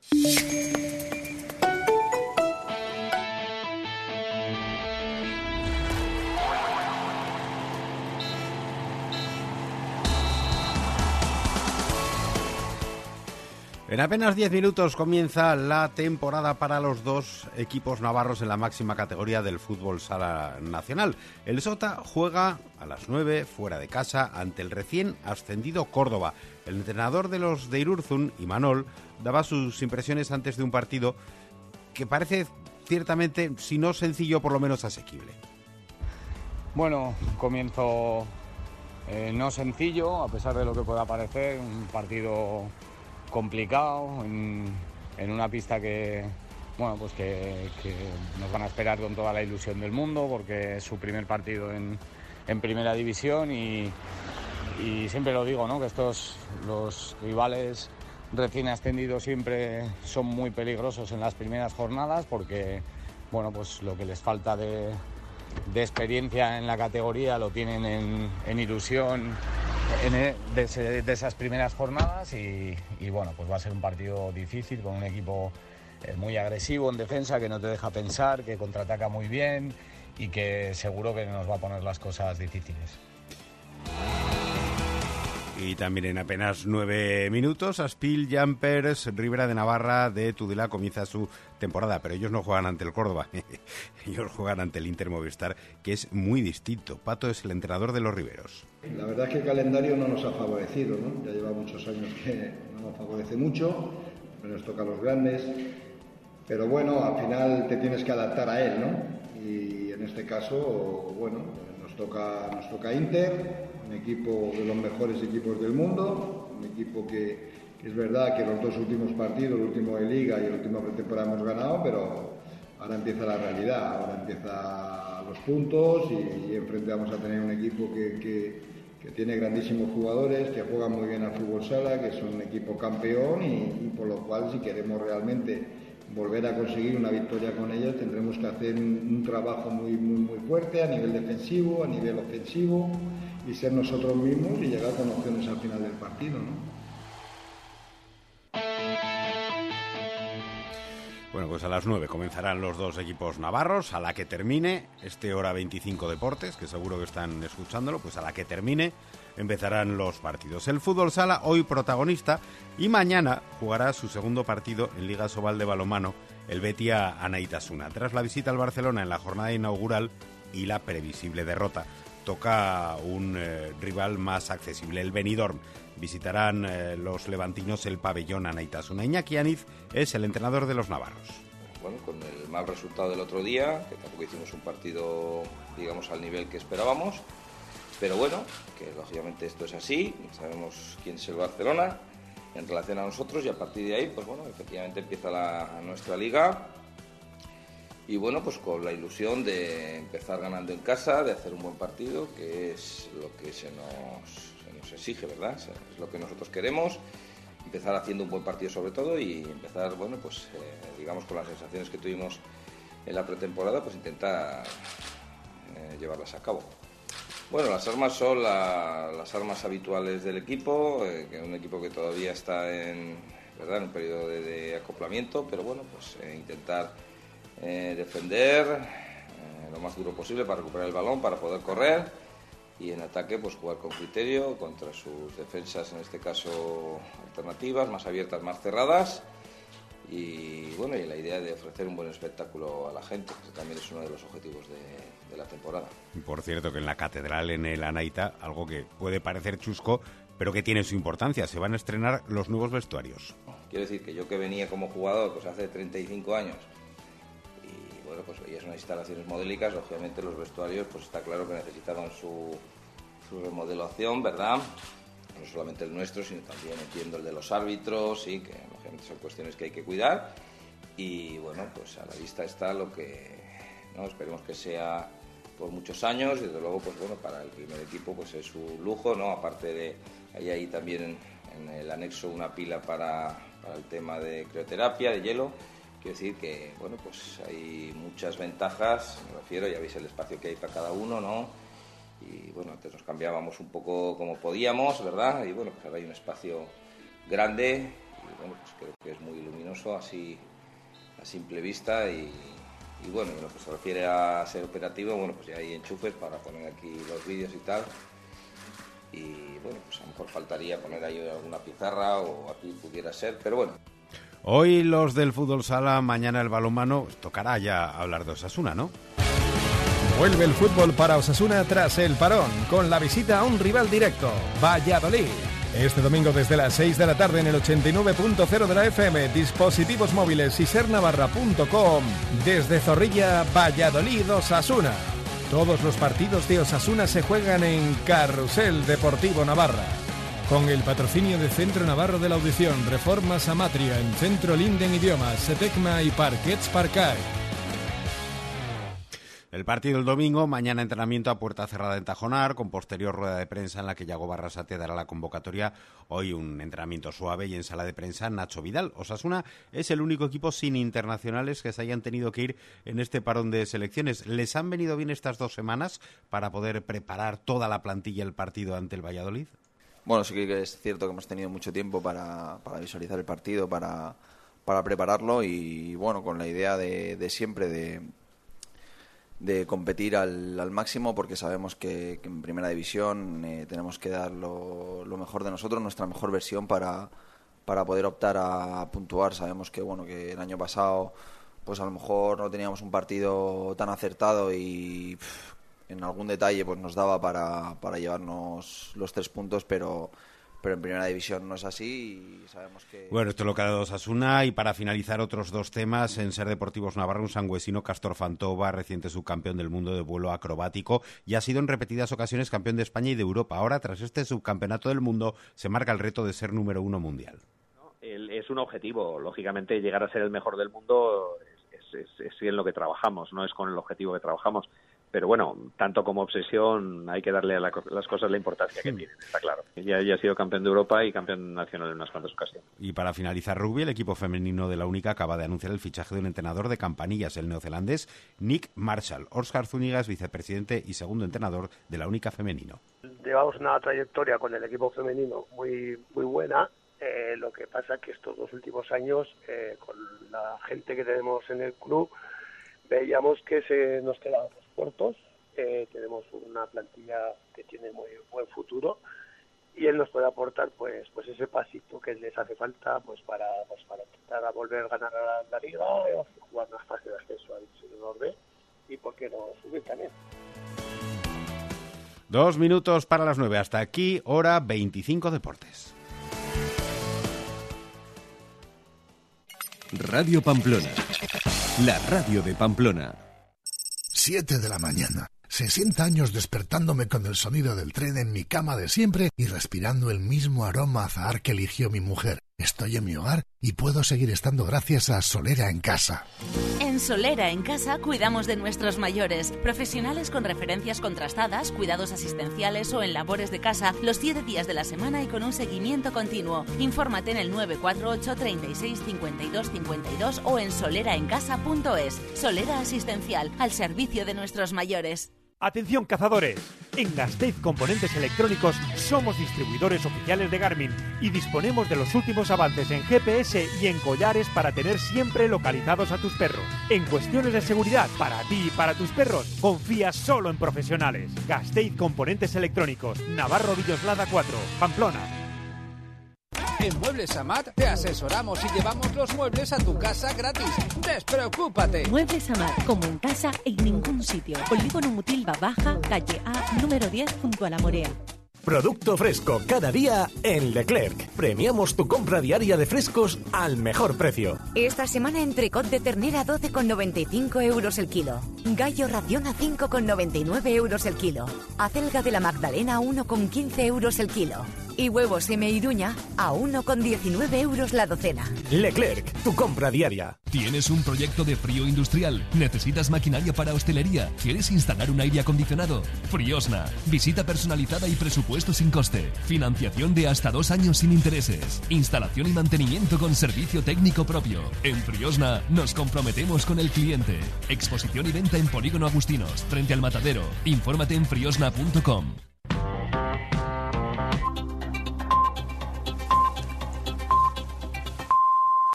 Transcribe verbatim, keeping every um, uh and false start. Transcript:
En apenas diez minutos comienza la temporada para los dos equipos navarros en la máxima categoría del fútbol sala nacional. El Sota juega a las nueve fuera de casa ante el recién ascendido Córdoba. El entrenador de los de Irurzun, Imanol, daba sus impresiones antes de un partido que parece ciertamente, si no sencillo, por lo menos asequible. Bueno, comienzo eh, no sencillo, a pesar de lo que pueda parecer, un partido complicado en, en una pista que bueno pues que, que nos van a esperar con toda la ilusión del mundo, porque es su primer partido en, en primera división y, y siempre lo digo, ¿no? Que estos los rivales recién ascendidos siempre son muy peligrosos en las primeras jornadas, porque bueno pues lo que les falta de, de experiencia en la categoría lo tienen en, en ilusión En el, de, ese, de esas primeras jornadas y, y bueno, pues va a ser un partido difícil con un equipo eh, muy agresivo en defensa, que no te deja pensar, que contraataca muy bien y que seguro que nos va a poner las cosas difíciles. Y también en apenas nueve minutos, Aspil Jumpers Ribera de Navarra de Tudela comienza su temporada, pero ellos no juegan ante el Córdoba, ellos juegan ante el Inter Movistar, que es muy distinto. Pato es el entrenador de los riberos. La verdad es que el calendario no nos ha favorecido, ¿no? Ya lleva muchos años que no nos favorece mucho, nos toca a los grandes, pero bueno, al final te tienes que adaptar a él, ¿no? Y en este caso, bueno, nos toca, nos toca Inter, un equipo de los mejores equipos del mundo, un equipo que, que es verdad que los dos últimos partidos, el último de Liga y el último de pretemporada hemos ganado, pero ahora empieza la realidad, ahora empieza los puntos y, y enfrente vamos a tener un equipo que, que, que tiene grandísimos jugadores, que juegan muy bien al fútbol sala, que son un equipo campeón y, y por lo cual si queremos realmente volver a conseguir una victoria con ellos tendremos que hacer un, un trabajo muy, muy, muy fuerte a nivel defensivo, a nivel ofensivo, y ser nosotros mismos y llegar con opciones al final del partido, ¿no? Bueno, pues a las nueve comenzarán los dos equipos navarros. A la que termine este Hora veinticinco Deportes, que seguro que están escuchándolo, pues a la que termine empezarán los partidos. El fútbol sala hoy protagonista y mañana jugará su segundo partido en Liga Sobal de balonmano el Betia Anaitasuna. Tras la visita al Barcelona en la jornada inaugural y la previsible derrota, toca un eh, rival más accesible, el Benidorm. Visitarán eh, los levantinos el pabellón Anaitasuna. Iñaki Aniz es el entrenador de los navarros. Bueno, con el mal resultado del otro día, que tampoco hicimos un partido, digamos, al nivel que esperábamos, pero bueno, que lógicamente esto es así, sabemos quién es el Barcelona en relación a nosotros y a partir de ahí, pues bueno, efectivamente empieza la, nuestra liga. Y bueno, pues con la ilusión de empezar ganando en casa, de hacer un buen partido, que es lo que se nos, se nos exige, ¿verdad? Es lo que nosotros queremos, empezar haciendo un buen partido sobre todo y empezar, bueno, pues eh, digamos con las sensaciones que tuvimos en la pretemporada, pues intentar eh, llevarlas a cabo. Bueno, las armas son la, las armas habituales del equipo, eh, que es un equipo que todavía está en, ¿verdad?, en un periodo de, de acoplamiento, pero bueno, pues eh, intentar Eh, defender eh, lo más duro posible para recuperar el balón, para poder correr y en ataque pues jugar con criterio contra sus defensas, en este caso alternativas, más abiertas, más cerradas y bueno, y la idea de ofrecer un buen espectáculo a la gente, que también es uno de los objetivos de, de la temporada. Por cierto, que en la catedral, en el Anaita, algo que puede parecer chusco, pero que tiene su importancia, se van a estrenar los nuevos vestuarios. Quiero decir que yo que venía como jugador pues hace treinta y cinco años, bueno, pues veías unas instalaciones modélicas, lógicamente los vestuarios, pues está claro que necesitaban su, su remodelación, ¿verdad? No solamente el nuestro, sino también entiendo el de los árbitros, sí, que lógicamente son cuestiones que hay que cuidar. Y bueno, pues a la vista está lo que, ¿no?, esperemos que sea por muchos años, y desde luego, pues bueno, para el primer equipo pues es un lujo, ¿no? Aparte de, hay ahí también en, en el anexo una pila para, para el tema de crioterapia, de hielo. Quiero decir que, bueno, pues hay muchas ventajas, me refiero, ya veis el espacio que hay para cada uno, ¿no? Y bueno, antes nos cambiábamos un poco como podíamos, ¿verdad? Y bueno, pues ahora hay un espacio grande y bueno, pues creo que es muy luminoso. Alonso así a simple vista y, y bueno, en lo que se refiere a ser operativo, bueno, pues ya hay enchufes para poner aquí los vídeos y tal. Y bueno, pues a lo mejor faltaría poner ahí alguna pizarra o aquí pudiera ser, pero bueno. Hoy los del fútbol sala, mañana el balonmano. Tocará ya hablar de Osasuna, ¿no? Vuelve el fútbol para Osasuna tras el parón, con la visita a un rival directo, Valladolid. Este domingo desde las seis de la tarde en el ochenta y nueve punto cero de la F M, dispositivos móviles y ser navarra punto com. Desde Zorrilla, Valladolid, Osasuna. Todos los partidos de Osasuna se juegan en Carrusel Deportivo Navarra. Con el patrocinio de Centro Navarro de la Audición, Reformas Amatria, en Centro Linden Idiomas, Setecma y Parquets Parcay. El partido el domingo, mañana entrenamiento a puerta cerrada en Tajonar, con posterior rueda de prensa en la que Yago Barrasate dará la convocatoria. Hoy un entrenamiento suave y en sala de prensa Nacho Vidal. Osasuna es el único equipo sin internacionales que se hayan tenido que ir en este parón de selecciones. ¿Les han venido bien estas dos semanas para poder preparar toda la plantilla el partido ante el Valladolid? Bueno, sí que es cierto que hemos tenido mucho tiempo para, para visualizar el partido, para, para prepararlo y bueno, con la idea de, de siempre de... de competir al, al máximo, porque sabemos que, que en primera división eh, tenemos que dar lo, lo mejor de nosotros, nuestra mejor versión para, para poder optar a, a puntuar. Sabemos que bueno que el año pasado pues a lo mejor no teníamos un partido tan acertado y pff, en algún detalle pues nos daba para, para llevarnos los tres puntos, pero pero en primera división no es así y sabemos que... Bueno, esto es lo que ha dado Osasuna. Y para finalizar, otros dos temas. En Ser Deportivos Navarra, un sangüesino, Castor Fantova, reciente subcampeón del mundo de vuelo acrobático, y ha sido en repetidas ocasiones campeón de España y de Europa. Ahora, tras este subcampeonato del mundo, se marca el reto de ser número uno mundial. Es un objetivo. Lógicamente, llegar a ser el mejor del mundo es, es, es, es en lo que trabajamos, no es con el objetivo que trabajamos. Pero bueno, tanto como obsesión hay que darle a la, las cosas la importancia que tienen, está claro. Ya, ya ha sido campeón de Europa y campeón nacional en unas cuantas ocasiones. Y para finalizar rugby, el equipo femenino de la Única acaba de anunciar el fichaje de un entrenador de campanillas, el neozelandés Nick Marshall. Óscar Zúñiga es vicepresidente y segundo entrenador de la Única femenino. Llevamos una trayectoria con el equipo femenino muy muy buena. Eh, lo que pasa es que estos dos últimos años, eh, con la gente que tenemos en el club, veíamos que se nos quedaban los cortos. Eh, tenemos una plantilla que tiene muy buen futuro y él nos puede aportar pues pues ese pasito que les hace falta pues para pues para intentar a volver a ganar la, la liga, o jugar una fase de ascenso al Señor B y por qué no subir también. Dos minutos para las nueve. Hasta aquí, hora veinticinco Deportes. Radio Pamplona, la radio de Pamplona. Siete de la mañana. sesenta años despertándome con el sonido del tren en mi cama de siempre y respirando el mismo aroma azahar que eligió mi mujer. Estoy en mi hogar y puedo seguir estando gracias a Solera en Casa. En Solera en Casa cuidamos de nuestros mayores, profesionales con referencias contrastadas, cuidados asistenciales o en labores de casa los siete días de la semana y con un seguimiento continuo. Infórmate en el nueve cuatro ocho, treinta y seis, cincuenta y dos, cincuenta y dos o en solera en casa punto es. Solera Asistencial, al servicio de nuestros mayores. Atención cazadores, en Gasteiz Componentes Electrónicos somos distribuidores oficiales de Garmin y disponemos de los últimos avances en G P S y en collares para tener siempre localizados a tus perros. En cuestiones de seguridad para ti y para tus perros, confía solo en profesionales. Gasteiz Componentes Electrónicos, Navarro Villoslada cuatro, Pamplona. En Muebles Amat te asesoramos y llevamos los muebles a tu casa gratis. ¡Despreocúpate! Muebles Amat, como en casa, en ningún sitio. Polígono Mutilva Baja, calle A, número diez, junto a La Morea. Producto fresco cada día en Leclerc. Premiamos tu compra diaria de frescos al mejor precio. Esta semana entrecot de ternera doce con noventa y cinco euros el kilo. Gallo ración a cinco con noventa y nueve euros el kilo. Acelga de la Magdalena a uno con quince euros el kilo. Y huevos M. Iruña a uno con diecinueve euros la docena. Leclerc, tu compra diaria. ¿Tienes un proyecto de frío industrial? ¿Necesitas maquinaria para hostelería? ¿Quieres instalar un aire acondicionado? Friosna. Visita personalizada y presupuesto sin coste. Financiación de hasta dos años sin intereses. Instalación y mantenimiento con servicio técnico propio. En Friosna nos comprometemos con el cliente. Exposición y venta en Polígono Agustinos, frente al Matadero. Infórmate en friosna punto com.